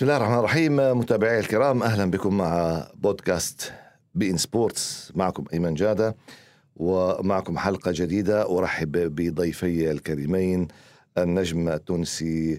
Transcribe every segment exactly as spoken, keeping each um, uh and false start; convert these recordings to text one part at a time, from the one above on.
بسم الله الرحمن الرحيم. متابعي الكرام، أهلا بكم مع بودكاست بي إن سبورتس. معكم أيمن جادة ومعكم حلقة جديدة. أرحب بضيفي الكريمين النجم التونسي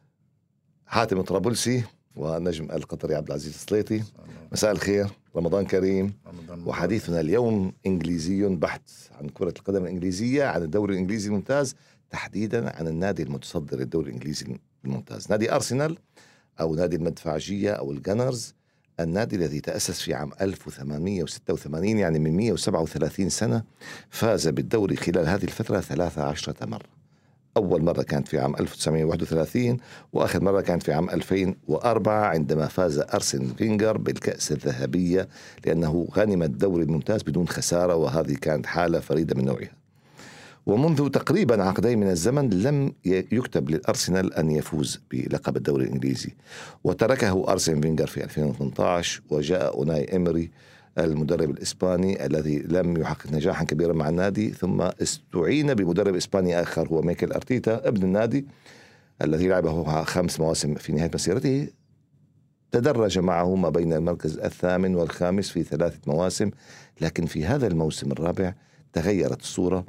حاتم طرابلسي والنجم القطري عبد العزيز السليطي. مساء الخير، رمضان كريم. وحديثنا اليوم إنجليزي بحت عن كرة القدم الإنجليزية، عن الدوري الإنجليزي الممتاز، تحديدا عن النادي المتصدر الدوري الإنجليزي الممتاز، نادي أرسنال أو نادي المدفعجية أو الجانرز، النادي الذي تأسس في عام ألف وثمانمائة وستة وثمانين، يعني من مئة وسبعة وثلاثين سنة. فاز بالدوري خلال هذه الفترة ثلاث عشرة مرة. أول مرة كانت في عام ألف وتسعمائة وواحد وثلاثين، وآخر مرة كانت في عام ألفين وأربعة عندما فاز أرسن فينغر بالكأس الذهبية، لأنه غنم الدوري الممتاز بدون خسارة، وهذه كانت حالة فريدة من نوعها. ومنذ تقريبا عقدين من الزمن لم يكتب للأرسنال أن يفوز بلقب الدوري الإنجليزي، وتركه أرسن فينغر في ألفين وثمانية عشر، وجاء أوناي إمري المدرب الإسباني الذي لم يحقق نجاحا كبيرا مع النادي، ثم استعين بمدرب إسباني آخر هو ميكل أرتيتا ابن النادي الذي لعبه خمس مواسم في نهاية مسيرته. تدرج معه ما بين المركز الثامن والخامس في ثلاثة مواسم، لكن في هذا الموسم الرابع تغيرت الصورة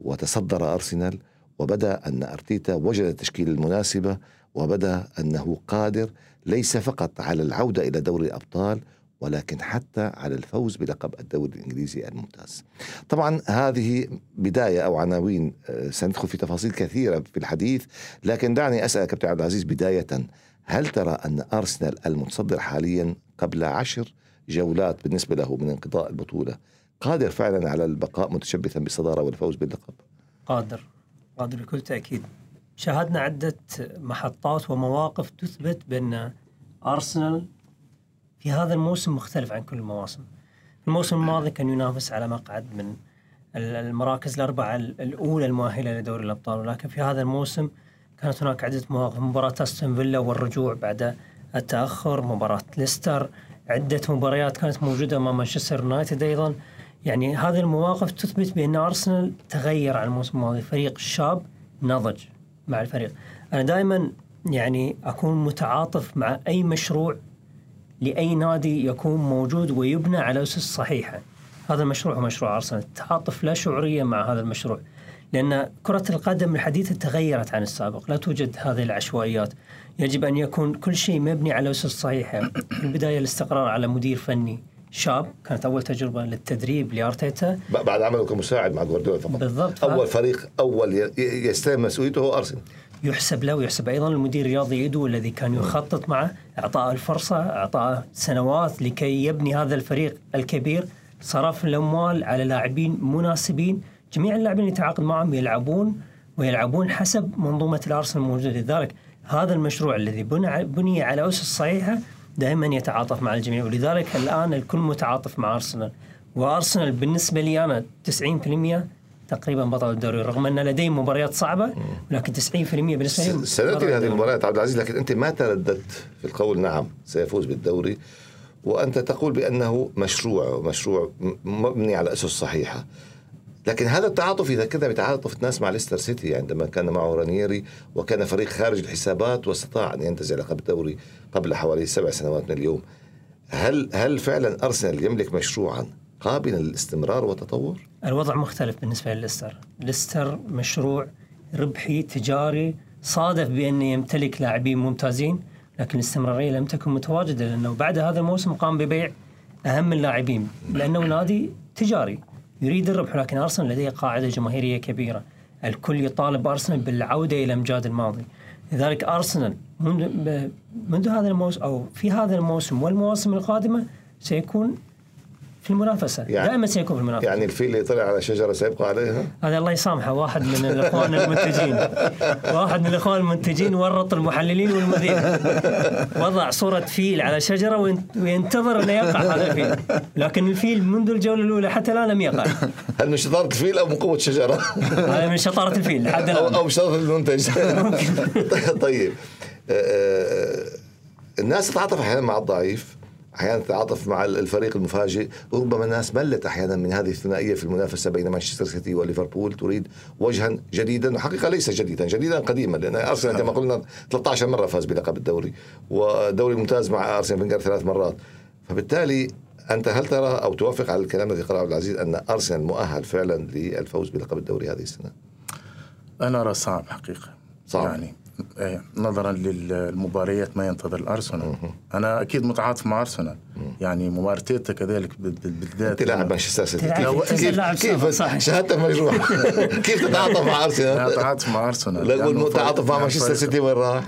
وتصدر أرسنال، وبدأ أن أرتيتا وجد التشكيل المناسبة، وبدأ أنه قادر ليس فقط على العودة إلى دوري الأبطال ولكن حتى على الفوز بلقب الدوري الإنجليزي الممتاز. طبعا هذه بداية أو عناوين، سندخل في تفاصيل كثيرة في الحديث، لكن دعني أسأل كابتن عبد العزيز بداية، هل ترى أن أرسنال المتصدر حاليا قبل عشر جولات بالنسبة له من انقضاء البطولة قادر فعلا على البقاء متشبثا بالصدارة والفوز باللقب؟ قادر قادر بكل تأكيد. شاهدنا عدة محطات ومواقف تثبت بأن أرسنال في هذا الموسم مختلف عن كل المواسم. الموسم الماضي كان ينافس على مقعد من المراكز الأربعة الأولى المؤهلة لدوري الأبطال، ولكن في هذا الموسم كانت هناك عدة مواقف، مباراة أستون فيلا والرجوع بعد التأخر، مباراة ليستر، عدة مباريات كانت موجودة مع مانشستر يونايتد أيضا. يعني هذه المواقف تثبت بأن أرسنال تغير عن الموسم الماضي، فريق شاب نضج مع الفريق. أنا دائما يعني أكون متعاطف مع أي مشروع لأي نادي يكون موجود ويبنى على أسس صحيحة. هذا المشروع هو مشروع أرسنال، تعاطف لا شعورية مع هذا المشروع، لأن كرة القدم الحديثة تغيرت عن السابق، لا توجد هذه العشوائيات. يجب أن يكون كل شيء مبني على أسس صحيحة. في البداية الاستقرار على مدير فني شاب، كانت أول تجربة للتدريب لأرتيتا بعد عمله كمساعد مع جوارديولا فقط. بالضبط. أول فريق أول يستلم مسؤوليته هو أرسنال. يحسب له ويحسب أيضا المدير الرياضي إيدو الذي كان يخطط معه، إعطاء الفرصة، إعطاء سنوات لكي يبني هذا الفريق الكبير، صرف الأموال على لاعبين مناسبين. جميع اللاعبين يتعاقد معهم يلعبون ويلعبون حسب منظومة الأرسنال الموجودة. لذلك هذا المشروع الذي بني على أسس صحيحة دائما يتعاطف مع الجميع، ولذلك الآن الكل متعاطف مع أرسنال. وأرسنال بالنسبة لي أنا تسعين بالمئة تقريبا بطل الدوري، رغم أن لديه مباريات صعبة، ولكن تسعين بالمئة بالنسبة لي سنتي هذه المباريات. عبد العزيز، لكن أنت ما ترددت في القول نعم سيفوز بالدوري، وأنت تقول بأنه مشروع مشروع مبني على أسس صحيحة. لكن هذا التعاطف يذكرنا بتعاطف الناس مع ليستر سيتي عندما كان معه رانييري وكان فريق خارج الحسابات واستطاع أن ينتزع لقب الدوري قبل حوالي سبع سنوات من اليوم. هل هل فعلا أرسنال يملك مشروعا قابلا للاستمرار والتطور؟ الوضع مختلف بالنسبة لليستر. ليستر مشروع ربحي تجاري صادف بأن يمتلك لاعبين ممتازين، لكن الاستمرارية لم تكن متواجدة، لأنه بعد هذا الموسم قام ببيع أهم اللاعبين، لأنه نادي تجاري يريد الربح. لكن أرسنال لديه قاعدة جماهيرية كبيرة، الكل يطالب أرسنال بالعودة إلى أمجاد الماضي. لذلك أرسنال منذ, منذ هذا الموسم أو في هذا الموسم والمواسم القادمة سيكون في المنافسة، يعني دائما سيكون في المنافسة. يعني الفيل اللي طلع على شجرة سيبقى عليها؟ هذا الله يسامحه، واحد من الإخوان المنتجين واحد من الإخوان المنتجين ورط المحللين والمذيع، وضع صورة فيل على شجرة وينتظر أن يقع هذا الفيل، لكن الفيل منذ الجولة الأولى حتى الآن لم يقع. هل من شطارة الفيل أو من قوة شجرة؟ هذا من شطارة الفيل حتى الآن، أو من شطارة المنتج. طيب، الناس تتعاطف أحيانا مع الضعيف، أحيانا تتعاطف مع الفريق المفاجئ، وربما الناس ملت أحيانا من هذه الثنائية في المنافسة بين مانشستر سيتي وليفربول، تريد وجها جديدا، وحقيقة ليس جديدا، جديدا قديما، لأن أرسنال كما قلنا ثلاثة عشر مرة فاز بلقب الدوري، ودوري ممتاز مع أرسنال فينجر ثلاث مرات. فبالتالي أنت هل ترى أو توافق على الكلام الذي قاله عبد العزيز أن أرسنال مؤهل فعلا للفوز بلقب الدوري هذه السنة؟ أنا أرى صعب حقيقة، صعب. يعني نظرا للمباريات ما ينتظر الأرسنال. أنا أكيد متعاطف مع أرسنال، يعني مبارتيتا كذلك بالذات. أنت لاعب مانشستر سيتي، كيف كيف شهادتك مجروح كيف تتعاطف مع أرسنال؟ أتعاطف مع أرسنال. لا قول متعاطف مع مانشستر سيتي وين راح؟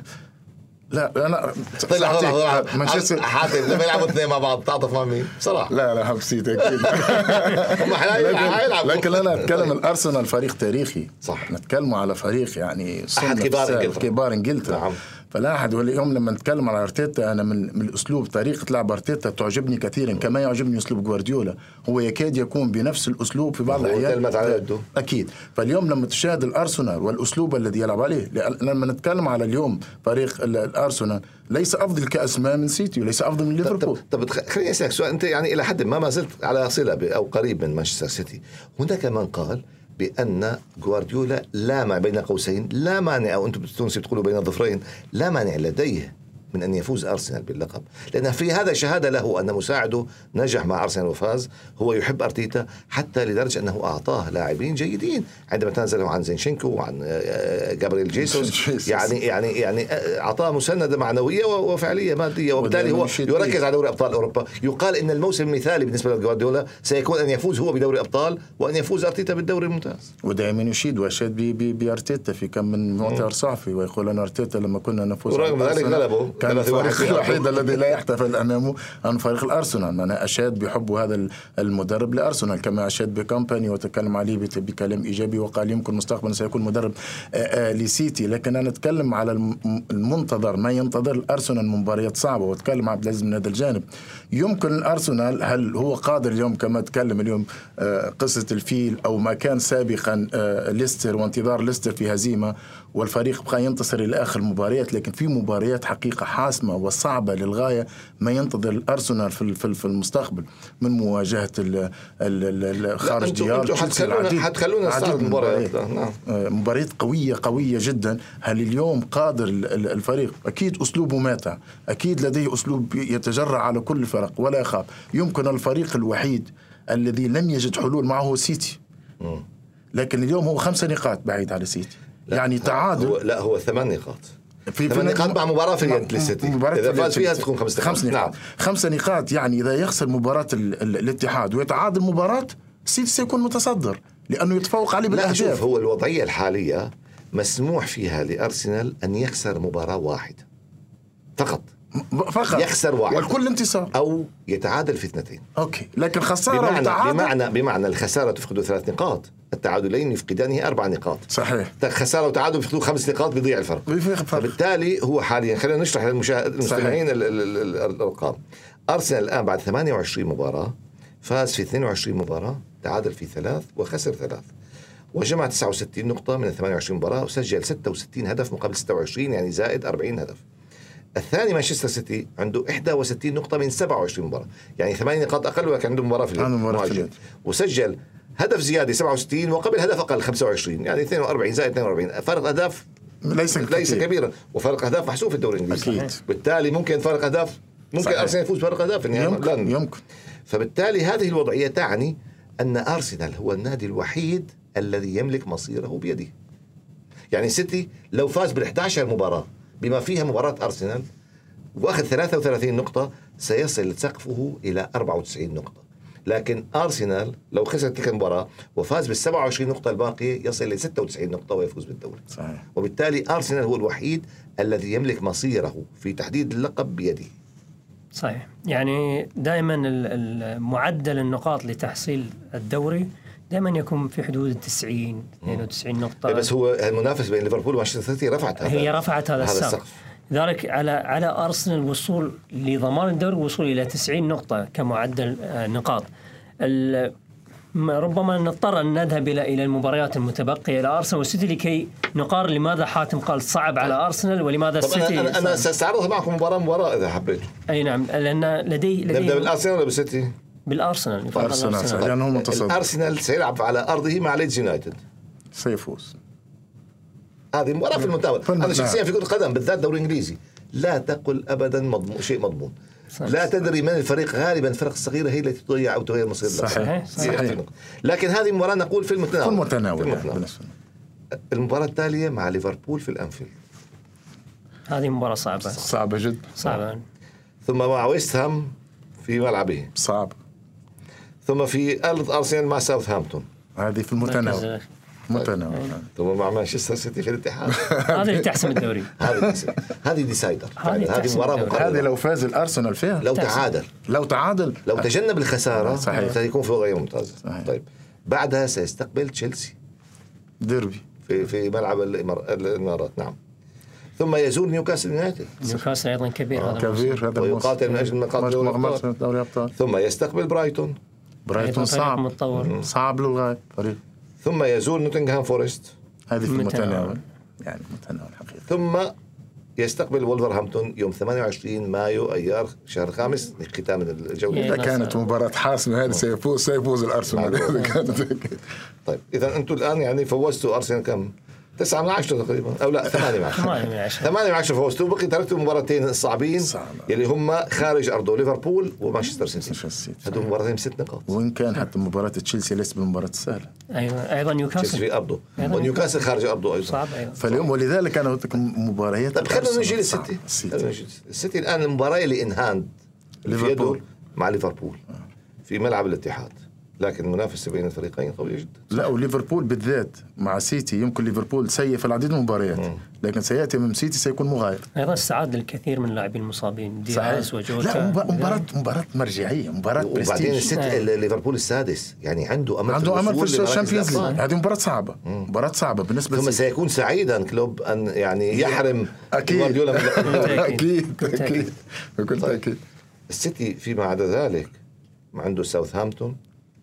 لا أنا طلع طلع مانشستر حاتم لما يلعبوا اثنين مع بعض تعاطف مع مين صراحة؟ لا لا حبسيت أكيد. هم حيلعبوا، لكن أنا أتكلم الأرسنال فريق تاريخي، صح، نتكلم على فريق يعني أحد كبار إنجلترا، كبار إنجلترا. نعم. فلا أحد. واليوم لما نتكلم على أرتيتا، أنا من, من الأسلوب طريقة لعب أرتيتا تعجبني كثيرا، كما يعجبني أسلوب جوارديولا، هو يكاد يكون بنفس الأسلوب في بعض الأحيان أكيد. فاليوم لما تشاهد الأرسنال والأسلوب الذي يلعب عليه، لما نتكلم على اليوم فريق الأرسنال ليس أفضل كأسماء من سيتي وليس أفضل من ليفربول. طب خليني أسألك سؤال، أنت يعني إلى حد ما ما زلت على صلة أو قريب من مانشستر سيتي، هناك من قال بأن جوارديولا لا مع بين قوسين لا مانع، أو أنتم بالتونسي تقولوا بين الظفرين، لا مانع لديه من أن يفوز أرسنال باللقب، لأن في هذا شهادة له أن مساعده نجح مع أرسنال وفاز. هو يحب أرتيتا حتى لدرجة أنه أعطاه لاعبين جيدين عندما تنزلوا عن زينشينكو وعن جابرييل جيسوس، يعني يعني يعني أعطاه مساندة معنوية وفعلية مادية، وبالتالي هو يركز على دوري أبطال أوروبا. يقال إن الموسم المثالي بالنسبة لجوارديولا سيكون أن يفوز هو بدوري أبطال وأن يفوز أرتيتا بالدوري الممتاز. ودائما يشيد وأشاد بأرتيتا في كم من مؤتمر صحفي، ويقول أن أرتيتا لما كنا نفوز ورغم ذلك غلبه، كان الفريق الوحيد الذي لا يحتفل أمامه عن فريق الأرسنال. أنا أشاد بحب هذا المدرب لأرسنال، كما أشاد بكامباني وتكلم عليه بكلام إيجابي، وقال يمكن مستقبلا سيكون مدرب لسيتي. لكن أنا أتكلم على المنتظر، ما ينتظر الأرسنال مباريات صعبة، وأتكلم عبد العزيز من هذا الجانب. يمكن الأرسنال هل هو قادر اليوم كما تكلم اليوم قصة الفيل أو ما كان سابقا ليستر وانتظار ليستر في هزيمة والفريق بقى ينتصر إلى آخر المباريات، لكن في مباريات حقيقة حاسمة وصعبة للغاية ما ينتظر الأرسنال في في المستقبل من مواجهة خارج ديار. حتخلونا نستعرض مباريات مباريات قوية قوية جدا. هل اليوم قادر الفريق؟ أكيد أسلوبه ماتع، أكيد لديه أسلوب يتجرع على كل الفرق ولا يخاف. يمكن الفريق الوحيد الذي لم يجد حلول معه سيتي، لكن اليوم هو خمسة نقاط بعيد على سيتي، يعني تعادل. هو لا هو ثمان نقاط في ثمان نقاط مع مباراة في اليد للسيتي، إذا فاز فيها تكون خمس نقاط. خمس نقاط نعم. خمس نقاط يعني إذا يخسر مباراة الاتحاد ويتعادل مباراة سيتي سيكون متصدر لأنه يتفوق عليه بالأهداف. لا شوف، هو الوضعية الحالية مسموح فيها لأرسنال أن يخسر مباراة واحدة فقط، فقط يخسر واحد والكل انتصار أو يتعادل في اثنتين. أوكي، لكن خسارة بمعنى وتعادل بمعنى بمعنى الخسارة تفقد ثلاث نقاط، التعادلين يفقدانه أربع نقاط. صحيح. خسارة وتعادل يفقدوا خمس نقاط، بيضيع الفرق. فبالتالي هو حاليا، خلينا نشرح للمشاهد المستمعين الأرقام. أرسنال الآن بعد ثمانية وعشرين مباراة فاز في اثنين وعشرين مباراة، تعادل في ثلاث وخسر ثلاث، وجمع تسعة وستين نقطة من ثمانية وعشرين مباراة، وسجل ستة وستين هدف مقابل ستة وعشرين، يعني زائد أربعين هدف. الثاني مانشستر سيتي عنده إحدى وستين نقطة من سبعة وعشرين مباراة، يعني ثمانية نقاط أقل، ولكن عنده مباراة في اليد، وسجل هدف زيادة سبعة وستين وقبل هدف أقل خمسة وعشرين، يعني اثنين وأربعين زائد اثنين وأربعين، فرق أهداف ليس ليس كبيرا، وفرق أهداف محسوب في الدوري الإنجليزي. بالتالي ممكن فرق أهداف، ممكن أرسنال يفوز فرق أهداف في النهاية. يمكن. يمكن. فبالتالي هذه الوضعية تعني أن أرسنال هو النادي الوحيد الذي يملك مصيره بيده. يعني سيتي لو فاز بالإحدى عشر مباراة بما فيها مباراة أرسنال وأخذ ثلاثة وثلاثين نقطة، سيصل سقفه إلى أربعة وتسعين نقطة. لكن أرسنال لو خسر تلك المباراة وفاز بالسبعة وعشرين نقطة الباقية يصل إلى ستة وتسعين نقطة ويفوز بالدوري. صحيح. وبالتالي أرسنال هو الوحيد الذي يملك مصيره في تحديد اللقب بيده. صحيح. يعني دائما معدل النقاط لتحصيل الدوري دائما يكون في حدود التسعين اثنين وتسعين نقطة. بس هو المنافس بين ليفربول ومانشستر سيتي رفعت هذا، هي رفعت هذا السقف. لذلك على على أرسنال الوصول لضمان الدوري، الوصول إلى تسعين نقطة كمعدل نقاط. ربما نضطر أن نذهب إلى إلى المباريات المتبقية لأرسنال والسيتي لكي نقارن لماذا حاتم قال صعب على أرسنال ولماذا السيتي. أنا أنا سأستعرضها معكم مباراة مباراة إذا حبيت. أي نعم، لأن لدي لدي نبدأ بالأرسنال ولا بالسيتي؟ بالأرسنال. الأرسنال لأنه منتصر. الأرسنال سيلعب على أرضه مع ليدز يونايتد، سيفوز. هذه مباراة في المتناول. أنا شخصيا في كرة القدم بالذات دوري إنجليزي لا تقل أبدا مضمون شيء مضمون. صحيح. لا تدري من الفريق، غالبا الفرق الصغيرة هي التي تضيع أو تغير مصير. صحيح. صحيح. لكن هذه المباراة نقول في المتناول. في المتناول. في المتناول. المباراة التالية مع ليفربول في الأنفيلد، هذه مباراة صعبة صعبة جدا صعبة. ثم مع ويست هام في ملعبه صعب، ثم في أرض أرسنال مع ساوثهامبتون، هذه في المتناول. متناول. ثم مع مانشستر سيتي في الاتحاد. هذه اللي تحسم الدوري. هذه هذه ديسايدر. هذه مباراة مقررة. هذه لو فاز الأرسنال فيها، لو تعادل لو تعادل لو تجنب الخسارة صحيح. سيكون فوق غير ممتاز. صحيح. طيب بعدها سيستقبل تشيلسي ديربي في في ملعب الإمارات. نعم. ثم يزور نيوكاسل يونايتد. نيوكاسل أيضا كبير. آه هذا كبير هذا ويقاتل من أجل مقاعد دوري الأبطال. ثم يستقبل برايتون. برايتون صعب متطور. صعب للغاية فريق. ثم يزور نوتنغهام فورست. هذه في المتناول يعني متناول حقيقة. ثم يستقبل وولفرهامبتون يوم ثمانية وعشرين مايو أيار شهر خامس ختام الجولة. إذا كانت مباراة حاسمة هذه سيفوز سيفوز الأرسنال إذا كانت. طيب إذا أنتم الآن يعني فوزتوا أرسنال كم؟ تسعة من عشرة تقريبا أو لا ثمانية من عشرة. ثمانية من عشرة فوزتوا، بقي تركتوا مباراتين الصعبين يلي هم خارج أرضه ليفربول ومانشستر سيتي. هذول مباراتين بست نقاط. وإن كان حتى مباراة تشيلسي ليست بالمباراة السهلة. أيوة أيضا نيوكاسل في أرضه ونيوكاسل خارج أرضه أيضا صعب. أيضا فاليوم ولذلك أنا قلت لكم مباريات. طيب خلينا نجي للسيتي. السيتي الآن المباراة اللي إنهاند ليفربول مع ليفربول في ملعب الاتحاد، لكن المنافسة بين الفريقين قوية جدا. لا وليفربول بالذات مع سيتي يمكن ليفربول سيء في العديد من المباريات، لكن سيأتي من سيتي سيكون مغاير. أيضا استعاد للكثير من اللاعبين المصابين دياز وجوتا. لا مباراة مباراة مرجعية، مباراة برستيج. وبعدين السيتي ليفربول السادس يعني عنده أمل عنده أمل في الشامبيونز ليج. هذه مباراة صعبة مباراة صعبة بالنسبة. ثم سيكون سعيدا كلوب أن يعني يحرم أكيد أكيد أكيد بكل تأكيد. السيتي فيما عدا ذلك عنده ساوثهامبتون،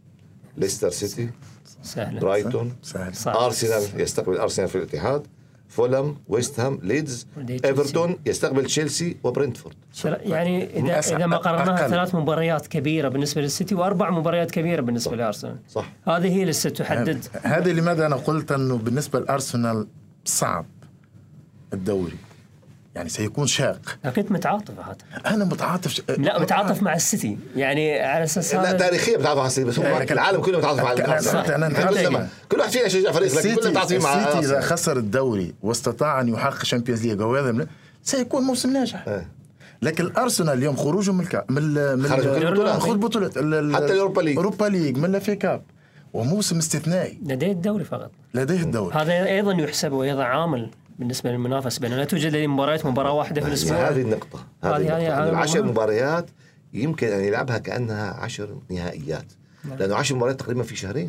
ليستر سيتي، سهل. برايتون، سهل. أرسنال يستقبل أرسنال في الاتحاد، فولهام، ويست هام، ليدز، إيفرتون يستقبل تشيلسي وبرنتفورد. يعني إذا إذا ما قررناها ثلاث مباريات كبيرة بالنسبة للسيتي وأربع مباريات كبيرة بالنسبة لأرسنال. صح. هذه هي اللي ستحدد. هذه لماذا أنا قلت أنه بالنسبة لأرسنال صعب الدوري، يعني سيكون شاق. كنت متعاطف حتى. أنا متعاطف ش... لا متعاطف مع السيتي يعني على أساس لا تاريخيا متعاطف مع السيتي، بس هو العالم كله متعاطف مع الأرسنال. كل واحد فينا يشجع فريق لكن كلنا متعاطفين مع السيتي. إذا خسر الدوري واستطاع أن يحقق شامبيونز ليج وهذا سيكون موسم ناجح. اه. لكن الأرسنال اليوم خروجه من الكا... من من خروج بطولة حتى الأوروبا ليج أوروبا ليج من الفي كاب وموسم استثنائي. لديه الدوري فقط. لديه الدوري. هذا أيضا يحسب وأيضا عامل بالنسبة للمنافسة بأنه لا توجد لديه مباريات مباراة واحدة في الأسبوع. هذه النقطة. هذه النقطة. العشر مباريات يمكن أن يلعبها كأنها عشر نهائيات، لأنه عشر مباريات تقريبا في شهرين.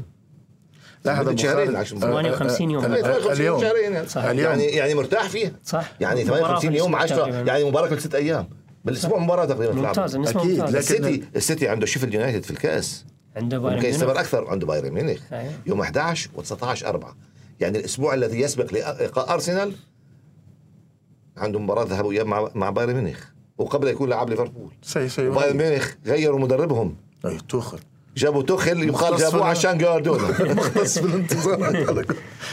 لا هذا شهرين ثمانية وخمسين يوم اليوم يعني يعني مرتاح فيها. صح. يعني ثمانية وخمسين يوم عشرة يعني مباراة كل ست أيام بالأسبوع مباراة تقريبا. ممتاز. أكيد. لكن السيتي السيتي عنده شيفيلد يونايتد في الكأس، عنده بايرن ممكن يستمر أكثر، عنده بايرن ميونخ يوم أحد عشر وتسعة عشر أربعة، يعني الأسبوع الذي يسبق لقاء أرسنال عنده مباراة ذهاب وإياب مع مع بايرن ميونخ، وقبل يكون لاعب ليفربول. بايرن ميونخ غيروا مدربهم. أي توخل. جابوا توخل يقال جابوه عشان جوارديولا. مختص بالانتظار.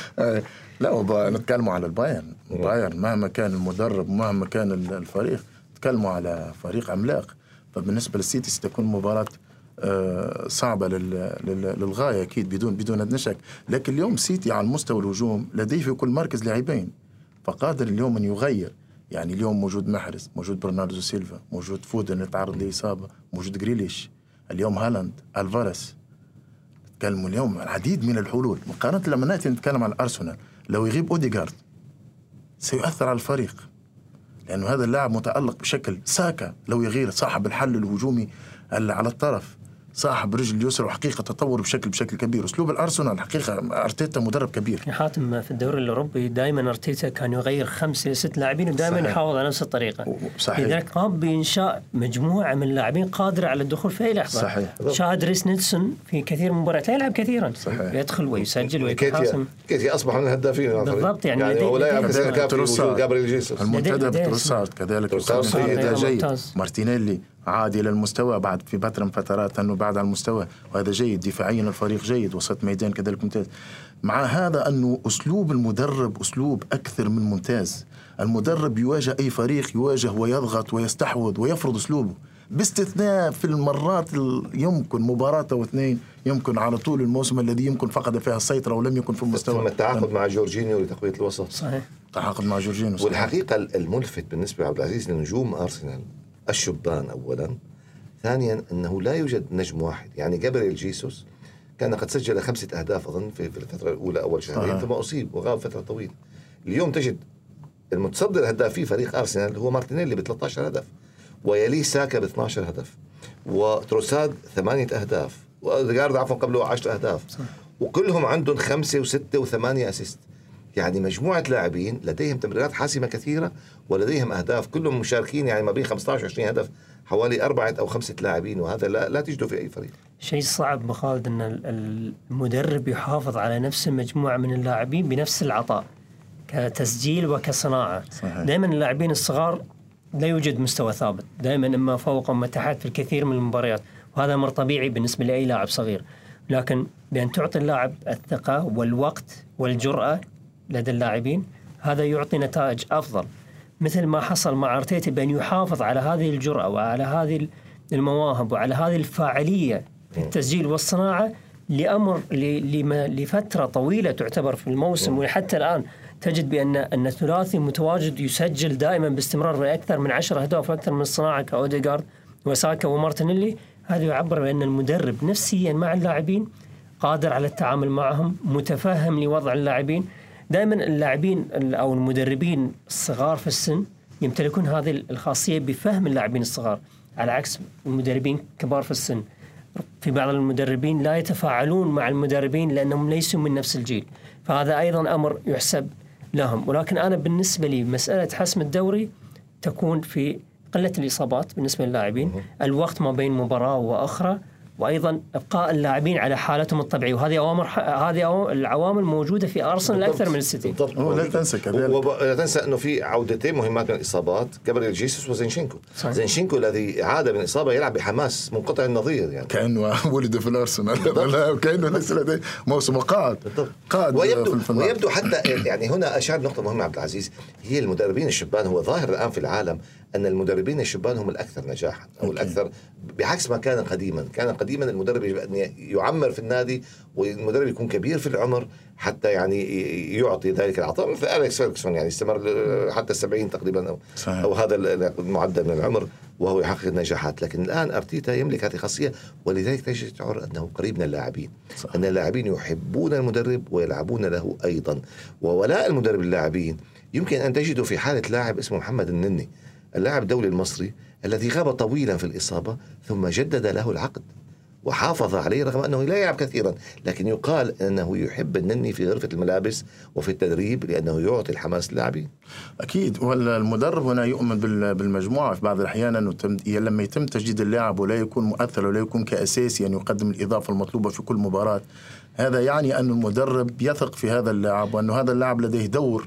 لا نتكلموا على البايرن. بايرن مهما كان المدرب ومهما كان الفريق تكلموا على فريق عملاق. فبالنسبة للسيتي ستكون مباراة صعبة للغاية أكيد بدون بدون أدنى شك. لكن اليوم سيتي على المستوى الهجوم لديه في كل مركز لاعبين، فقادر اليوم أن يغير. يعني اليوم موجود محرز، موجود برناردو سيلفا، موجود فودن يتعرض لإصابة، موجود جريليش، اليوم هالاند، ألفاريز. نتكلم اليوم العديد من الحلول. مقارنة لما نأتي نتكلم عن الأرسنال لو يغيب أوديغارد سيؤثر على الفريق، لأنه هذا اللاعب متألق بشكل. ساكا لو يغير صاحب الحل الهجومي على الطرف صاحب رجل اليسرى وحقيقة تطور بشكل بشكل كبير. أسلوب الأرسنال حقيقة أرتيتا مدرب كبير. يا حاتم في الدوري الأوروبي دائما أرتيتا كان يغير خمسة ست لاعبين ودائما يحافظ على نفس الطريقة. صحيح. لذلك قام بإنشاء مجموعة من اللاعبين قادرة على الدخول في أي لحظة. صحيح. شاهد ريس نيلسون في كثير من المباريات لا يلعب كثيرا. صحيح. يدخل ويسجل ويحاسم. كيتيا أصبح من الهدافين بالضبط. يعني, يعني هو لا يلعب كثير كافي جابرييل جيسوس المنتدب تروسارد كذلك أداء جيد. مارتينيلي عاد إلى المستوى بعد في فترة من فترات أنه بعد على المستوى وهذا جيد. دفاعيا الفريق جيد، وسط ميدان كذلك ممتاز. مع هذا أنه أسلوب المدرب أسلوب أكثر من ممتاز. المدرب يواجه أي فريق يواجه ويضغط ويستحوذ ويفرض أسلوبه، باستثناء في المرات يمكن مباراة أو اثنين يمكن على طول الموسم الذي يمكن فقد فيها السيطرة ولم يكن في المستوى. ثم التعاقد مع جورجينيو لتقوية الوسط. صحيح. تعاقد مع جورجينيو. صحيح. والحقيقة الملفت بالنسبة لعبد العزيز لنجوم أرسنال الشبان أولا، ثانيا أنه لا يوجد نجم واحد. يعني جابرييل جيسوس كان قد سجل خمسة أهداف أظن في الفترة الأولى أول شهرين ثم أصيب وغاب فترة طويلة. اليوم تجد المتصدر الهداف في فريق أرسنال هو مارتينيلي ب ثلاثة عشر هدف، ويليه ساكا ب اثني عشر هدف، وتروساد ثمانية أهداف، وأوديغارد عفوا قبله عشر أهداف. صح. وكلهم عندهم خمسة وستة وثمانية أسيست. يعني مجموعة لاعبين لديهم تمريرات حاسمة كثيرة ولديهم أهداف، كلهم مشاركين يعني ما بين خمسة عشر وعشرين هدف، حوالي أربعة أو خمسة لاعبين، وهذا لا, لا تجده في أي فريق. شيء صعب بخالد أن المدرب يحافظ على نفس المجموعة من اللاعبين بنفس العطاء كتسجيل وكصناعة. دائما اللاعبين الصغار لا يوجد مستوى ثابت، دائما إما فوق أو تحت في الكثير من المباريات، وهذا أمر طبيعي بالنسبة لأي لاعب صغير. لكن بأن تعطي اللاعب الثقة والوقت والجرأة لدى اللاعبين هذا يعطي نتائج أفضل، مثل ما حصل مع أرتيتا بأن يحافظ على هذه الجرأة وعلى هذه المواهب وعلى هذه الفاعلية في التسجيل والصناعة لأمر لفترة طويلة تعتبر في الموسم. وحتى الآن تجد بأن أن الثلاثي متواجد يسجل دائما باستمرار بأكثر من عشر أهداف وأكثر من الصناعة كأوديغارد وساكا ومارتينيلي. هذا يعبر بأن المدرب نفسيا مع اللاعبين قادر على التعامل معهم، متفهم لوضع اللاعبين. دائما اللاعبين أو المدربين الصغار في السن يمتلكون هذه الخاصية بفهم اللاعبين الصغار، على عكس المدربين كبار في السن. في بعض المدربين لا يتفاعلون مع المدربين لأنهم ليسوا من نفس الجيل، فهذا أيضا أمر يحسب لهم. ولكن أنا بالنسبة لي مسألة حسم الدوري تكون في قلة الإصابات بالنسبة للاعبين، الوقت ما بين مباراة وأخرى، وأيضا إبقاء اللاعبين على حالتهم الطبيعية. وهذه أوامر هذه العوامل موجودة في أرسنال أكثر من السيتي. لا تنسى كذلك ولا تنسى أنه في عودتين مهمات من الإصابات، جابرييل جيسوس وزينشينكو. صحيح. زينشينكو الذي عاد من إصابة يلعب بحماس منقطع النظير، يعني كأنه ولد في الأرسنال كأنه ليس لديه موسم قاد قاد ويبدو, ويبدو حتى يعني هنا أشار نقطة مهمة عبد العزيز، هي المدربين الشبان. هو ظاهر الآن في العالم أن المدربين الشبان هم الأكثر نجاحا أو الأكثر، بعكس ما كان قديما. كان قديما المدرب يجب أن يعمر في النادي والمدرب يكون كبير في العمر حتى يعني يعطي ذلك العطاء، مثل أليكس فيرغسون يعني استمر حتى السبعين تقريبا أو, أو هذا المعدل من العمر وهو يحقق النجاحات. لكن الآن أرتيتا يملك هذه الخاصية، ولذلك تشعر أنه قريب من اللاعبين. صح. أن اللاعبين يحبون المدرب ويلعبون له أيضا. وولاء المدرب للاعبين يمكن أن تجده في حالة لاعب اسمه محمد النني، اللاعب الدولي المصري الذي غاب طويلا في الإصابة ثم جدد له العقد وحافظ عليه رغم أنه لا يلعب كثيرا، لكن يقال أنه يحب النني في غرفة الملابس وفي التدريب لأنه يعطي الحماس للاعبين. أكيد. والمدرب هنا يؤمن بالمجموعة في بعض الأحيان، أنه لما يتم تجديد اللاعب ولا يكون مؤثر ولا يكون كأساسي أن يقدم الإضافة المطلوبة في كل مباراة، هذا يعني أن المدرب يثق في هذا اللاعب وأن هذا اللاعب لديه دور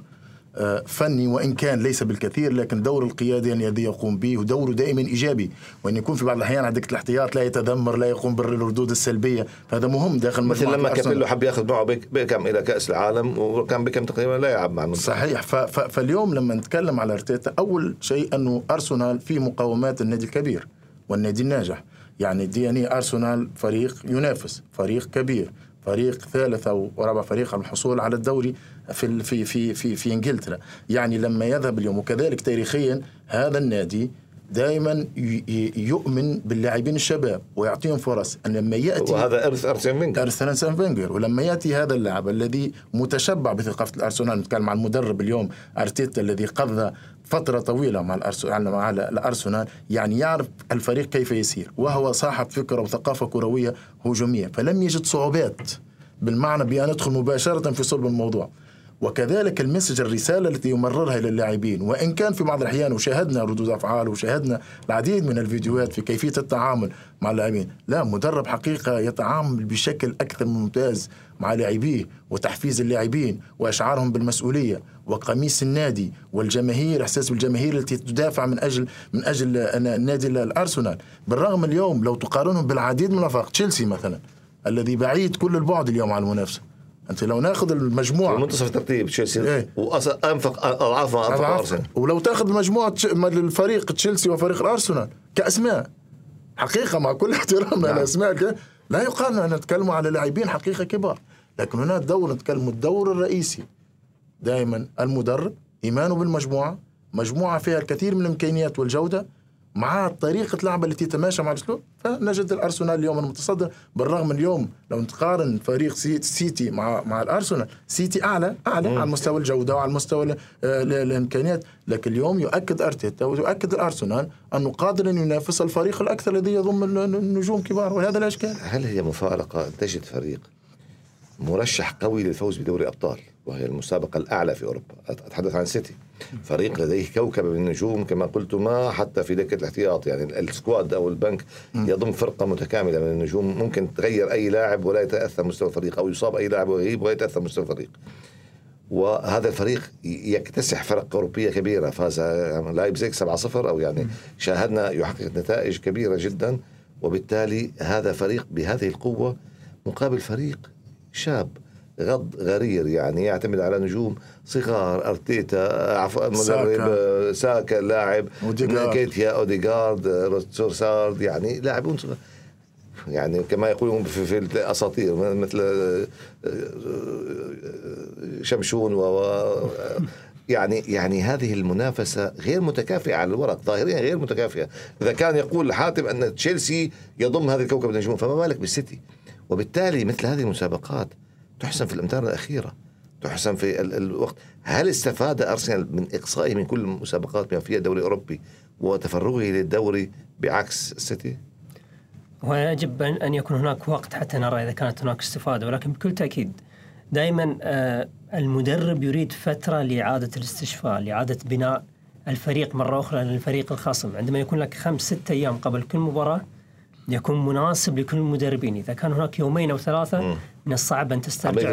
فني وإن كان ليس بالكثير، لكن دور القيادة الذي يقوم به ودوره دائما إيجابي، وأن يكون في بعض الأحيان عندك الاحتياط لا يتذمر لا يقوم بالردود السلبية، فهذا مهم داخل مثل لما كابيلو حب ياخذ معه بيكم إلى كأس العالم وكان بيكم تقريبا لا يلعب مع المنتخب. صحيح. فاليوم لما نتكلم على أرتيتا أول شيء أنه أرسنال في مقومات النادي الكبير والنادي الناجح. يعني دي يعني أرسنال فريق ينافس، فريق كبير، فريق ثالث أو رابع فريق على الحصول على الدوري في في في في في إنجلترا. يعني لما يذهب اليوم، وكذلك تاريخيا هذا النادي دائما يؤمن باللاعبين الشباب ويعطيهم فرص. أن لما يأتي وهذا إرث أرسن فينجر إرث أرسن فينجر ولما يأتي هذا اللاعب الذي متشبع بثقافة الأرسنال، نتكلم عن المدرب اليوم أرتيتا الذي قضى فترة طويلة مع الأرسنال مع الأرسنال، يعني يعرف الفريق كيف يسير، وهو صاحب فكرة وثقافة كروية هجومية، فلم يجد صعوبات بالمعنى بأن يدخل مباشرة في صلب الموضوع. وكذلك المسج الرسالة التي يمررها إلى اللاعبين، وإن كان في بعض الأحيان وشاهدنا ردود أفعال وشاهدنا العديد من الفيديوهات في كيفية التعامل مع اللاعبين، لا، مدرب حقيقة يتعامل بشكل أكثر من ممتاز مع لاعبيه وتحفيز اللاعبين وإشعارهم بالمسؤولية وقميص النادي والجماهير، إحساس بالجماهير التي تدافع من أجل من أجل النادي الأرسنال. بالرغم اليوم لو تقارنهم بالعديد من الأفاق، تشيلسي مثلا الذي بعيد كل البعد اليوم عن المنافسة، أنت لو ناخذ المجموعة في منتصف الترتيب تشيلسي إيه؟ وأنفق أضعاف ما أنفق أرسنال، ولو تأخذ مجموعة الفريق تشيلسي وفريق الأرسنال كأسماء حقيقة مع كل احترامنا نعم. الأسماء لا يقال أن نتكلم على لاعبين حقيقة كبار، لكن هنا الدور نتكلم الدور الرئيسي دائما المدرب إيمانه بالمجموعة، مجموعة فيها الكثير من الإمكانيات والجودة مع طريقة لعبة التي تتماشى مع الأسلوب. فنجد الأرسنال اليوم المتصدر، بالرغم اليوم لو نقارن فريق سيتي مع مع الأرسنال، سيتي أعلى أعلى على مستوى الجودة وعلى مستوى الإمكانيات، لكن اليوم يؤكد أرتيتا ويؤكد الأرسنال أنه قادر أن ينافس الفريق الأكثر الذي يضم النجوم كبار وهذا الأشكال. هل هي مفارقة تجد فريق مرشح قوي للفوز بدوري أبطال وهي المسابقة الأعلى في أوروبا، أتحدث عن سيتي، فريق لديه كوكب من النجوم كما قلت، ما حتى في دكة الاحتياط، يعني السكواد أو البنك يضم فرقة متكاملة من النجوم، ممكن تغير أي لاعب ولا يتأثر مستوى الفريق، أو يصاب أي لاعب ويغيب ولا يتأثر مستوى الفريق. وهذا الفريق يكتسح فرق أوروبية كبيرة، فاز لايبزيغ سبعة صفر أو يعني شاهدنا يحقق نتائج كبيرة جدا، وبالتالي هذا فريق بهذه القوة مقابل فريق شاب غض غرير يعني يعتمد على نجوم صغار، أرتيتا عفوا مدرب ساكا لاعب كيتيا أوديغارد روتسورسارد، يعني لاعبون صغار يعني كما يقولون في, في الأساطير مثل شمشون و يعني يعني هذه المنافسة غير متكافئة على الورق، ظاهريا غير متكافئة. إذا كان يقول حاتم أن تشيلسي يضم هذا الكوكب النجوم، فما بالك بالسيتي؟ وبالتالي مثل هذه المسابقات تحسم في الأمتار الأخيرة، تحسم في ال الوقت. هل استفاد أرسنال من إقصائه من كل المسابقات بما فيها الدوري الأوروبي وتفرغه للدوري بعكس السيتي؟ ويجب أن يكون هناك وقت حتى نرى إذا كانت هناك استفادة، ولكن بكل تأكيد دائما المدرب يريد فترة لإعادة الاستشفاء، لإعادة بناء الفريق مرة أخرى للفريق الخصم. عندما يكون لك خمس ستة أيام قبل كل مباراة يكون مناسب لكل المدربين. إذا كان هناك يومين أو ثلاثة مم. من الصعب أن تسترجع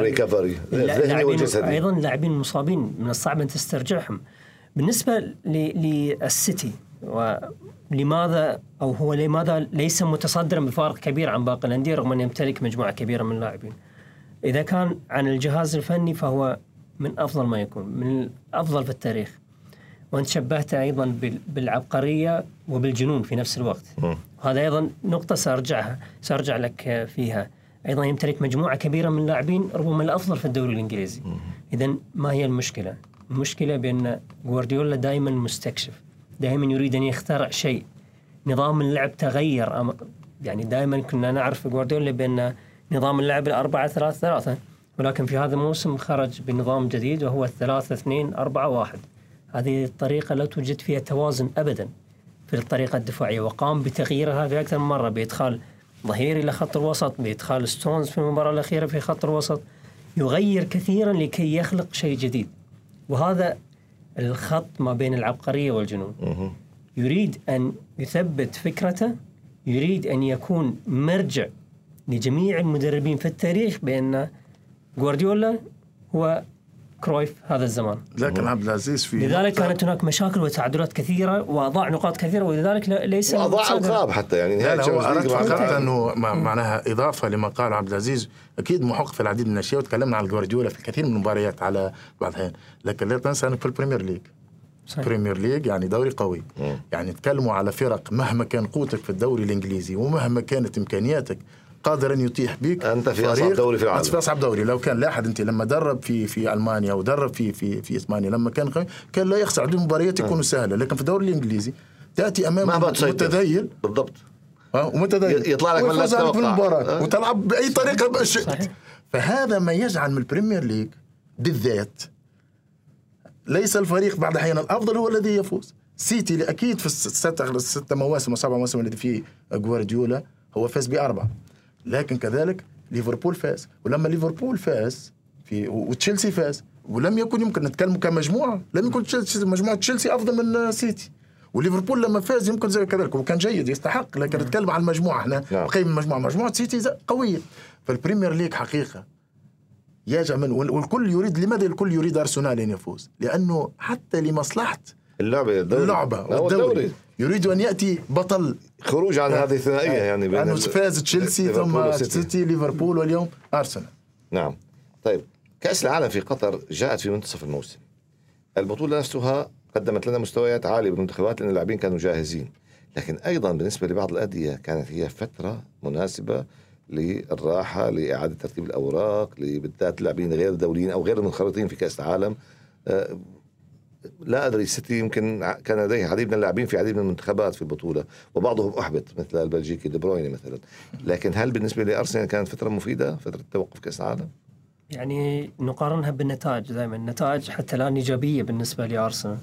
أيضا لاعبين مصابين من الصعب أن تسترجعهم. بالنسبة للسيتي ولماذا أو هو لماذا ليس متصدرا بفارق كبير عن باقي الأندية رغم أن يمتلك مجموعة كبيرة من اللاعبين؟ إذا كان عن الجهاز الفني فهو من أفضل ما يكون، من الأفضل في التاريخ، وأنت شبهت أيضا بالعبقرية وبالجنون في نفس الوقت. وهذا أيضا نقطة سأرجعها سأرجع لك فيها. أيضا يمتلك مجموعة كبيرة من اللاعبين ربما الأفضل في الدوري الإنجليزي. إذن ما هي المشكلة؟ المشكلة بأن غوارديولا دائما مستكشف، دائما يريد أن يخترع شيء. نظام اللعب تغير، يعني دائما كنا نعرف غوارديولا بأن نظام اللعب الأربعة ثلاثة ثلاثة، ولكن في هذا الموسم خرج بنظام جديد وهو الثلاثة اثنين أربعة واحد. هذه الطريقة لا توجد فيها توازن أبدا في الطريقة الدفاعية، وقام بتغييرها في أكثر من مرة بإدخال ظهير إلى خط الوسط، بإدخال ستونز في المباراة الأخيرة في خط الوسط، يغير كثيرا لكي يخلق شيء جديد. وهذا الخط ما بين العبقرية والجنون. يريد أن يثبت فكرته، يريد أن يكون مرجع لجميع المدربين في التاريخ بأن غوارديولا هو كرويف هذا الزمان. لكن عبد العزيز في لذلك كانت هناك مشاكل وتعادلات كثيرة وأضاع نقاط كثيرة، ولذلك ليس أضاع ألقاب حتى يعني نهاية أردت أنه معناها إضافة لما قال عبد العزيز. أكيد محق في العديد من الأشياء، وتكلمنا عن غوارديولا في الكثير من المباريات على بعض الأحيان، لكن لا تنسى أنه في البريمير ليج صحيح. بريمير ليج يعني دوري قوي. مم. يعني تكلموا على فرق مهما كان قوتك في الدوري الإنجليزي ومهما كانت إمكانياتك قادر أن يطيح بك. أنت في أصعب دوري في العالم. في أصعب دوري. لو كان لاحظ أنت لما درب في في ألمانيا ودرب في في في إسبانيا، لما كان كان لا يخسر، عدد المباريات يكونوا سهلة، لكن في الدوري الإنجليزي تأتي أمام متذيل بالضبط ومتذيل يطلع لك ويفوز عليك بالمباراة أه؟ وتلعب بأي طريقة شئت. فهذا ما يجعل من البريمير ليج بالذات ليس الفريق بعد حين الأفضل هو الذي يفوز. سيتي اللي أكيد في الستة الستة مواسم وسبع مواسم الذي فيه غوارديولا هو فاز بأربعة، لكن كذلك ليفربول فاز، ولما ليفربول فاز في وتشيلسي فاز، ولم يكن يمكن نتكلم كمجموعة، لم يكن تشيلسي مجموعة تشيلسي أفضل من سيتي، وليفربول لما فاز يمكن زي كذلك وكان جيد يستحق، لكن نتكلم عن المجموعة احنا قيم المجموعة مجموعة سيتي قوية. فالبريمير ليج حقيقة يجب من والكل يريد. لماذا الكل يريد أرسنال أن يفوز؟ لأنه حتى لمصلحة اللعبة الدوري. اللعبة والدوري يريد أن يأتي بطل خروج عن هذه الثنائية يعني بين لأنه فاز تشيلسي ثم سيتي ليفربول واليوم أرسنال. نعم. طيب كأس العالم في قطر جاءت في منتصف الموسم. البطولة نفسها قدمت لنا مستويات عالية بالمنتخبات لأن اللاعبين كانوا جاهزين، لكن أيضا بالنسبة لبعض الأندية كانت هي فترة مناسبة للراحة، لإعادة ترتيب الأوراق، بالذات اللاعبين غير الدوليين أو غير المنخرطين في كأس العالم. أه لا أدري، السيتي يمكن كان لديه عديد من اللاعبين في عديد من المنتخبات في البطولة وبعضهم أحبط مثل البلجيكي دي برويني مثلا، لكن هل بالنسبة لأرسنال كانت فترة مفيدة فترة توقف كأس العالم؟ يعني نقارنها بالنتائج دائما، النتائج حتى الآن إيجابية بالنسبة لأرسنال.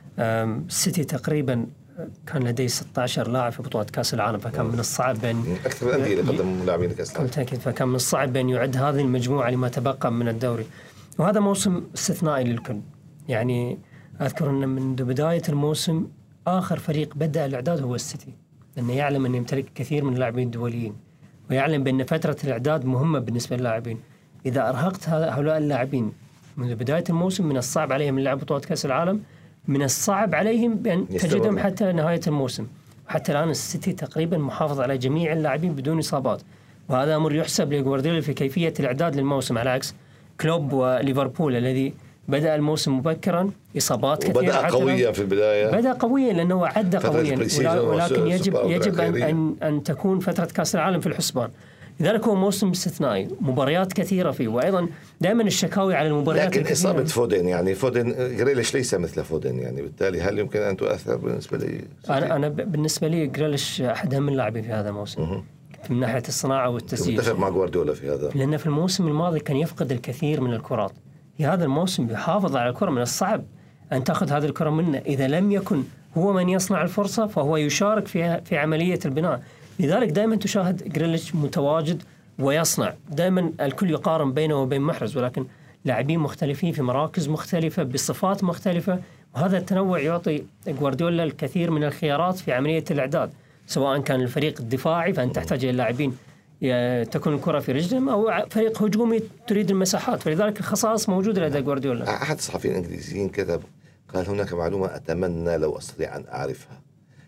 السيتي تقريبا كان لديه ستة عشر لاعب في بطولة كأس العالم، فكان من الصعب بأن أكثر الأندية اللي قدموا لاعبين كأس العالم بالتأكيد، فكان من الصعب بأن يعد هذه المجموعة لما تبقى من الدوري، وهذا موسم استثنائي للكل. يعني أذكر أن منذ بداية الموسم آخر فريق بدأ الإعداد هو السيتي، لأنه يعلم أن يمتلك كثير من اللاعبين الدوليين، ويعلم بأن فترة الإعداد مهمة بالنسبة للاعبين. إذا أرهقت هؤلاء اللاعبين منذ بداية الموسم من الصعب عليهم اللعب بطولة كأس العالم، من الصعب عليهم بأن تجدهم حتى نهاية الموسم. وحتى الآن السيتي تقريبا محافظ على جميع اللاعبين بدون إصابات، وهذا أمر يحسب لغوارديولا في كيفية الإعداد للموسم، على عكس كلوب وليفربول الذي بدأ الموسم مبكرا، إصابات كثيرة، بدأ قويا في البداية، بدأ قويا لأنه عد قويا، ولكن يجب يجب أن, أن أن تكون فترة كأس العالم في الحسبان. لذلك هو موسم استثنائي، مباريات كثيرة فيه، وأيضا دائما الشكاوي على المباريات لكن الكثيرة. إصابة فودن يعني فودن غريليش ليس مثل فودن، يعني بالتالي هل يمكن أن تؤثر بالنسبة لي؟ أنا أنا بالنسبة لي غريليش أحد أهم اللاعبين في هذا الموسم من ناحية الصناعة والتسجيل. متفق مع غوارديولا في هذا، لأن في الموسم الماضي كان يفقد الكثير من الكرات، في هذا الموسم يحافظ على الكرة. من الصعب أن تأخذ هذه الكرة منه، إذا لم يكن هو من يصنع الفرصة فهو يشارك في في عملية البناء. لذلك دائما تشاهد غريليش متواجد ويصنع، دائما الكل يقارن بينه وبين محرز، ولكن لاعبين مختلفين في مراكز مختلفة بصفات مختلفة، وهذا التنوع يعطي غوارديولا الكثير من الخيارات في عملية الإعداد، سواء كان الفريق الدفاعي فأنت تحتاج إلى لاعبين تكون الكرة في رجلهم، أو فريق هجومي تريد المساحات، فلذلك الخصائص موجودة لدى غوارديولا. أحد الصحفيين الإنجليزيين كتب قال هناك معلومة أتمنى لو أستطيع أن أعرفها،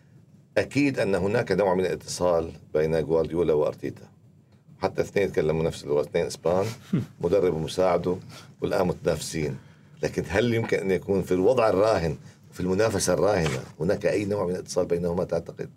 أكيد أن هناك نوع من الاتصال بين غوارديولا وأرتيتا، حتى اثنين تكلموا نفس اللغة، اثنين إسبان، مدرب ومساعده، والآن متنافسين، لكن هل يمكن أن يكون في الوضع الراهن وفي المنافسة الراهنة هناك أي نوع من الاتصال بينهما تعتقد؟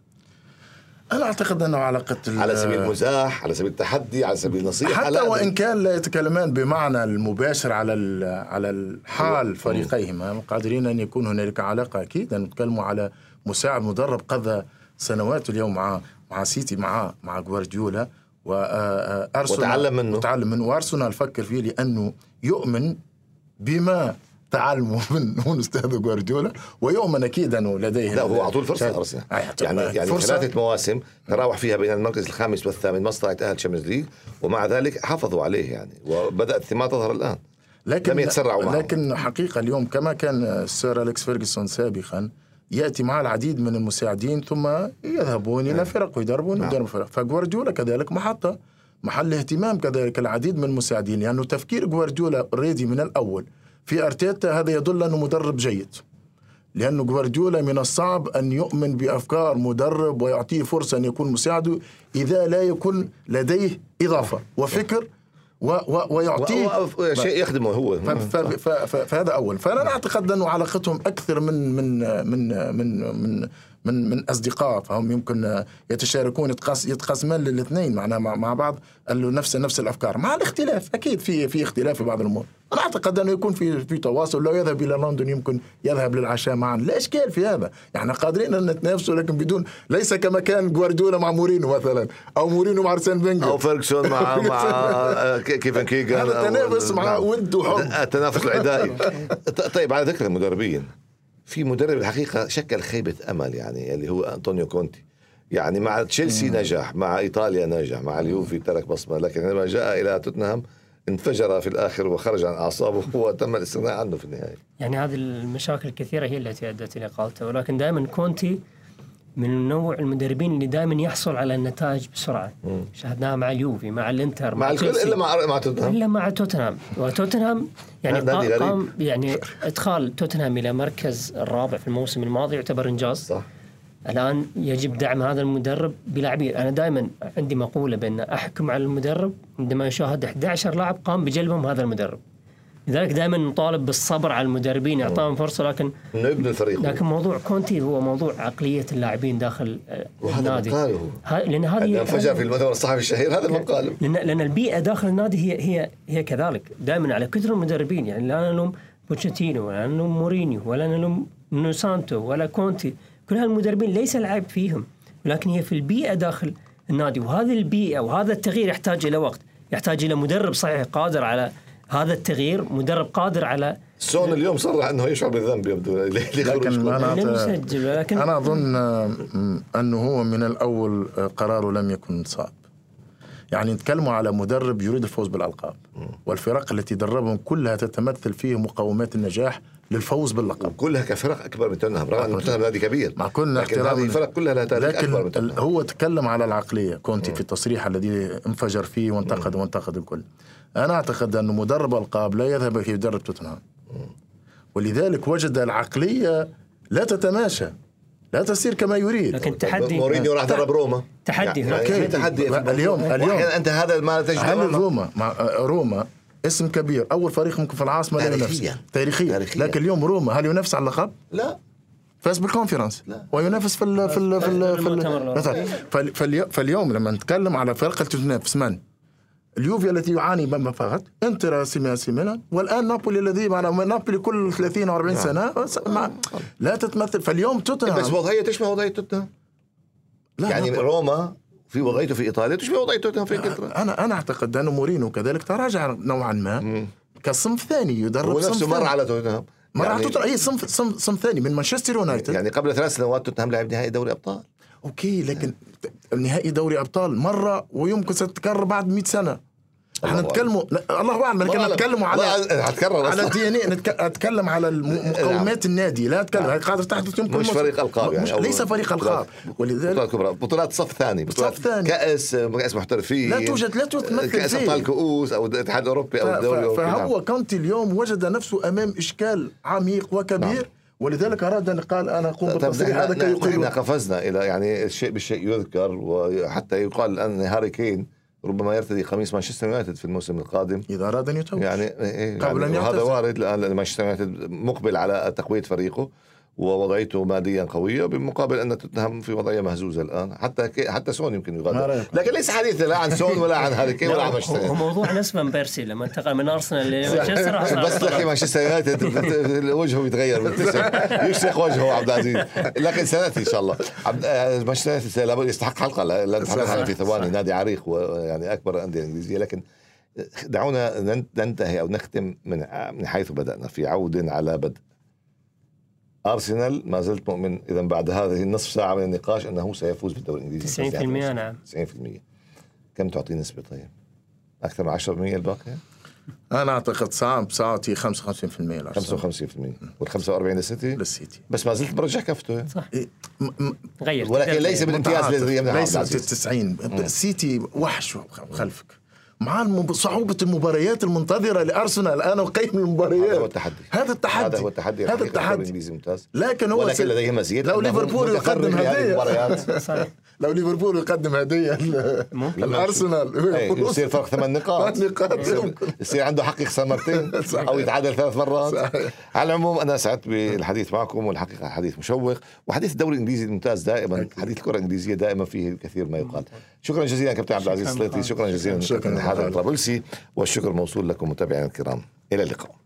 أنا أعتقد أنه علاقة على سبيل المزاح، على سبيل التحدي، على سبيل النصيحة، حتى وإن كان لا يتكلمان بمعنى المباشر على على الحال فريقيهما، قادرين أن يكون هنالك علاقة أكيد. نتكلموا على مساعد مدرب قضى سنوات اليوم مع مع سيتي مع مع غوارديولا وأرسنال وتعلم منه وتعلم منه وأرسنال فكر فيه لأنه يؤمن بما تعلموا من من أستاذ غوارديولا، ويؤمن أكيد أنه لديه، لا هو أعطوه الفرصة أرسنال يعني يعني فرصة. ثلاثة مواسم تراوح فيها بين المركز الخامس والثامن، ما استطاع يتأهل تشامبيونز ليج، ومع ذلك حافظوا عليه يعني، وبدأت الثمار تظهر الآن، لكن لم يتسرعوا معه. لكن حقيقة اليوم كما كان السير أليكس فيرغسون سابقا يأتي مع العديد من المساعدين ثم يذهبون إلى فرق ويدربون نعم. ويدربون فرق، فغوارديولا كذلك محطة محل اهتمام كذلك العديد من المساعدين، لأنه يعني تفكير غوارديولا ريدي من الأول في أرتيتا هذا يدل أنه مدرب جيد، لأنه غوارديولا من الصعب أن يؤمن بأفكار مدرب ويعطيه فرصة أن يكون مساعده إذا لا يكون لديه إضافة وفكر و و ويعطيه شيء يخدمه هو. فهذا أول. فأنا أعتقد أنه علاقتهم أكثر من من من من من من من اصدقاء، فهم يمكن يتشاركون يتقاسمان للاثنين معنا مع بعض له نفس نفس الافكار مع الاختلاف. اكيد في في اختلاف في بعض الامور. انا اعتقد انه يكون في في تواصل. لو يذهب الى لندن يمكن يذهب للعشاء معا، لا اشكال في هذا. يعني قادرين ان نتنافسوا، لكن بدون ليس كما كان جوارديولا مع مورينو مثلا، او مورينو مع أرسن فينجر، او فيرغسون مع مع كيفن كيغان. هذا تنافس مع ود وحب، التنافس العدائي. طيب على ذكر المدربين، في مدرب الحقيقة شكل خيبة أمل يعني اللي هو أنطونيو كونتي. يعني مع تشيلسي نجح، مع إيطاليا نجح، مع اليوفي ترك بصمة، لكن عندما جاء إلى توتنهام انفجر في الآخر وخرج عن أعصابه وتم الاستغناء عنه في النهاية. يعني هذه المشاكل الكثيرة هي التي أدت إلى إقالته، ولكن دائما كونتي من نوع المدربين اللي دائما يحصل على النتائج بسرعة. مم. شاهدناها مع اليوفي، مع الانتر، مع, مع الكل إلا مع مع توتنهام إلا مع توتنهام. وتوتنهام يعني قام يعني إدخال توتنهام إلى مركز الرابع في الموسم الماضي يعتبر إنجاز. صح. الآن يجب دعم هذا المدرب بلاعبين. أنا دائما عندي مقولة بأن أحكم على المدرب عندما يشاهد أحد عشر لاعب قام بجلبهم هذا المدرب. لذلك دائما نطالب بالصبر على المدربين، يعطاهم فرصة، لكن نبني الفريق. لكن موضوع كونتي هو موضوع عقلية اللاعبين داخل النادي. لأن هذه انفجر في المؤتمر الصحفي الشهير هذا المقال. لأن لأن البيئة داخل النادي هي هي هي كذلك. دائما على كثر المدربين، يعني لا نلوم بوتشيتينو ولا نلوم مورينيو ولا نلوم نونو سانتو ولا كونتي، كل هالمدربين ليس العيب فيهم، ولكن هي في البيئة داخل النادي. وهذه البيئة وهذا التغيير يحتاج إلى وقت، يحتاج إلى مدرب صحيح قادر على هذا التغيير، مدرب قادر على. سون اليوم صرح أنه يشعر بالذنب يبدو. لكن أنا, لكن أنا أظن أنه هو من الأول قراره لم يكن صعب. يعني نتكلموا على مدرب يريد الفوز بالألقاب، والفرق التي دربهم كلها تتمثل فيه مقومات النجاح للفوز باللقب، كلها كفرق أكبر من توتنهام، رغم أن توتنهام نادي كبير مع كل لكن هذه الفرق كلها لها تاريخ أكبر من توتنهام. هو تكلم على العقلية كونتي في التصريح الذي انفجر فيه وانتقد وانتقد الكل. أنا أعتقد أن مدرب ألقاب لا يذهب كي يدرب توتنهام، ولذلك وجد العقلية لا تتماشى، لا تسير كما يريد. لكن تحدي مورينيو راح درب روما، تحدي يعني تحدي اليوم اليوم أنت هذا ما تجد. هل روما مع روما اسم كبير، أول فريق ممكن في العاصمة تاريخيا تاريخيا، لكن اليوم روما هل ينافس على اللقب؟ لا، فاز بالكونفرنس وينافس في ال في ال في ال في ال فاليوم لما نتكلم على فرقة تنافس من؟ اليوفي التي يعاني بما فقط، انتر سي ميلان، والان نابولي الذي معنا نابولي كل ثلاثين أو أربعين سنه مع لا تتمثل. فاليوم توتنهام بس وضعيه تشبه وضعيه توتنهام، يعني نابولي. روما في وضعيته في ايطاليا تشبه وضعيه توتنهام في انجلترا. انا انا اعتقد ان مورينو كذلك تراجع نوعا ما مم. كصنف ثاني يدرب صنف ثاني، مر على توتنهام، مر على توتنهام هي صنف صنف صنف ثاني من مانشستر يونايتد. يعني قبل ثلاث سنوات توتنهام لعب نهائي دوري ابطال، اوكي، لكن نهائي دوري ابطال مره ويمكن ستتكرر بعد مئة سنه. احنا نتكلموا الله اعلم، لكن نتكلم على على الدي ان اي، نتكلم على مقومات النادي، لا نتكلم هي قادر تحدث يمكن مش فريق القاب، يعني ليس فريق القاب، ولذلك بطولات صف ثاني، بطولات كاس كاس محترفين لا توجد، لا تمثل كاس ابطال كؤوس او الاتحاد الاوروبي او الدوري. فهو كونتي اليوم وجد نفسه امام اشكال عميق وكبير. نعم. ولذلك أراد أن قال أنا أقوم بالتصريح هذا كي يقيم. قفزنا إلى يعني الشيء بالشيء يذكر، وحتى يقال أن هاري كين ربما يرتدي قميص مانشستر يونايتد في الموسم القادم إذا أراد أن يتوج، يعني, يعني أن هذا وارد، لأن مانشستر يونايتد مقبل على تقوية فريقه ووضعيته ماديا قوية، بالمقابل أن توتنهام في وضعية مهزوزة الآن. حتى حتى سون يمكن يغادر، لكن ليس حديث لا عن سون ولا عن هاري كين ولا عن مانشستر يونايتد. هو موضوع نسبة بيرسي لما انتقل من أرسنال لمانشستر، بس تحكي مانشستر يونايتد وجهه يتغير، يشرق وجهه عبد العزيز. لكن سنأتي إن شاء الله. مانشستر يونايتد يستحق حلقة، لا نتحدث عنه في ثواني، نادي عريق ويعني أكبر الأندية الإنجليزية. لكن دعونا ننتهي أو نختم من من حيث بدأنا، في عود على بدء. أرسنال ما زلت مؤمن إذا بعد هذه النصف ساعة من النقاش أنه سيفوز بالدوري الإنجليزي تسعين بالمئة. نعم تسعين بالمئة. كم تعطي نسبة؟ طيب أكثر من عشرة بالمئة الباقية؟ أنا أعتقد صعب ساعتي خمسة وخمسين بالمئة خمسة وخمسين بالمئة والخمسة وأربعين للسيتي للسيتي، بس ما زلت برجع كفته. صح إيه؟ غير، ولكن ليس بالامتياز الذي ليس تسعين. السيتي وحش خلفك، مع صعوبة المباريات المنتظرة لأرسنال. أنا أقيم المباريات. هذا هو التحدي. هذا التحدي. هذا هو التحدي. هذا التحدي. الإنجليزي ممتاز. لكن هو ولكن لديه مزيد. لو ليفربول يقدم هدية لو ليفربول يقدم هدية الأرسنال يصير فرق ثمان نقاط. يصير عنده حق يخسر مرتين أو يتعادل ثلاث مرات. على العموم أنا سعدت بالحديث معكم، والحقيقة حديث مشوق، وحديث الدوري الإنجليزي الممتاز دائما. حديث الكرة الإنجليزية دائما فيه الكثير ما يقال. شكرا جزيلا كابتن عبد العزيز السليطي. شكرا جزيلا كابتن حاتم الطرابلسي، والشكر موصول لكم متابعينا الكرام. إلى اللقاء.